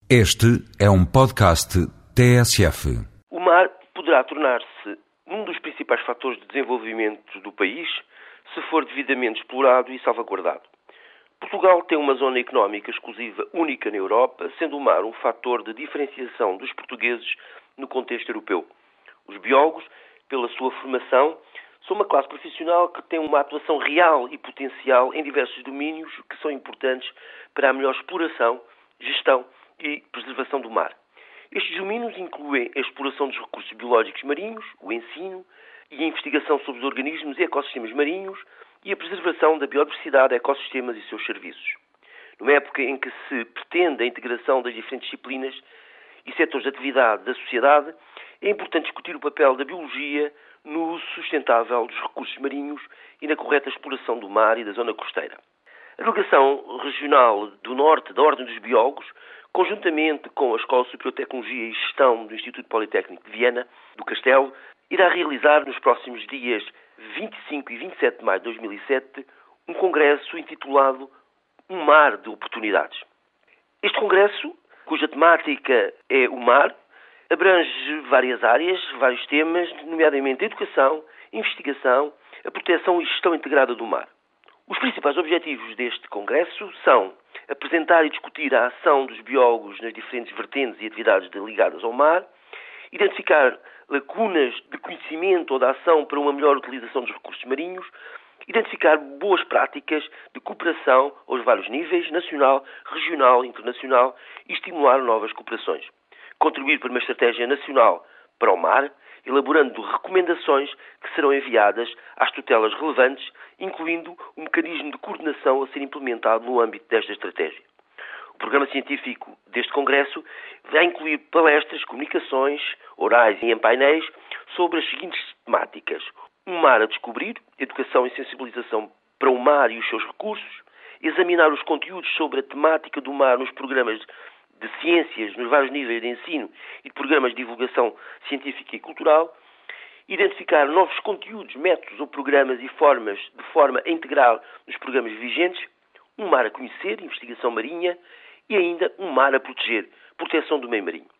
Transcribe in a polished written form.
Este é um podcast TSF. O mar poderá tornar-se um dos principais fatores de desenvolvimento do país se for devidamente explorado e salvaguardado. Portugal tem uma zona económica exclusiva única na Europa, sendo o mar um fator de diferenciação dos portugueses no contexto europeu. Os biólogos, pela sua formação, são uma classe profissional que tem uma atuação real e potencial em diversos domínios que são importantes para a melhor exploração, gestão e preservação do mar. Estes domínios incluem a exploração dos recursos biológicos marinhos, o ensino e a investigação sobre os organismos e ecossistemas marinhos e a preservação da biodiversidade de ecossistemas e seus serviços. Numa época em que se pretende a integração das diferentes disciplinas e setores de atividade da sociedade, é importante discutir o papel da biologia no uso sustentável dos recursos marinhos e na correta exploração do mar e da zona costeira. A Delegação Regional do Norte da Ordem dos Biólogos, conjuntamente com a Escola Superior de Tecnologia e Gestão do Instituto Politécnico de Viana do Castelo, irá realizar nos próximos dias 25 e 27 de maio de 2007 um congresso intitulado Um Mar de Oportunidades. Este congresso, cuja temática é o mar, abrange várias áreas, vários temas, nomeadamente a educação, investigação, a proteção e gestão integrada do mar. Os principais objetivos deste congresso são apresentar e discutir a ação dos biólogos nas diferentes vertentes e atividades ligadas ao mar, identificar lacunas de conhecimento ou de ação para uma melhor utilização dos recursos marinhos, identificar boas práticas de cooperação aos vários níveis, nacional, regional e internacional, e estimular novas cooperações. Contribuir para uma estratégia nacional para o mar, elaborando recomendações que serão enviadas às tutelas relevantes, incluindo um mecanismo de coordenação a ser implementado no âmbito desta estratégia. O programa científico deste congresso vai incluir palestras, comunicações, orais e em painéis sobre as seguintes temáticas: um mar a descobrir, educação e sensibilização para o mar e os seus recursos, examinar os conteúdos sobre a temática do mar nos programas de ciências nos vários níveis de ensino e de programas de divulgação científica e cultural, identificar novos conteúdos, métodos ou programas e formas de forma a integrar nos programas vigentes, um mar a conhecer, investigação marinha e ainda um mar a proteger, proteção do meio marinho.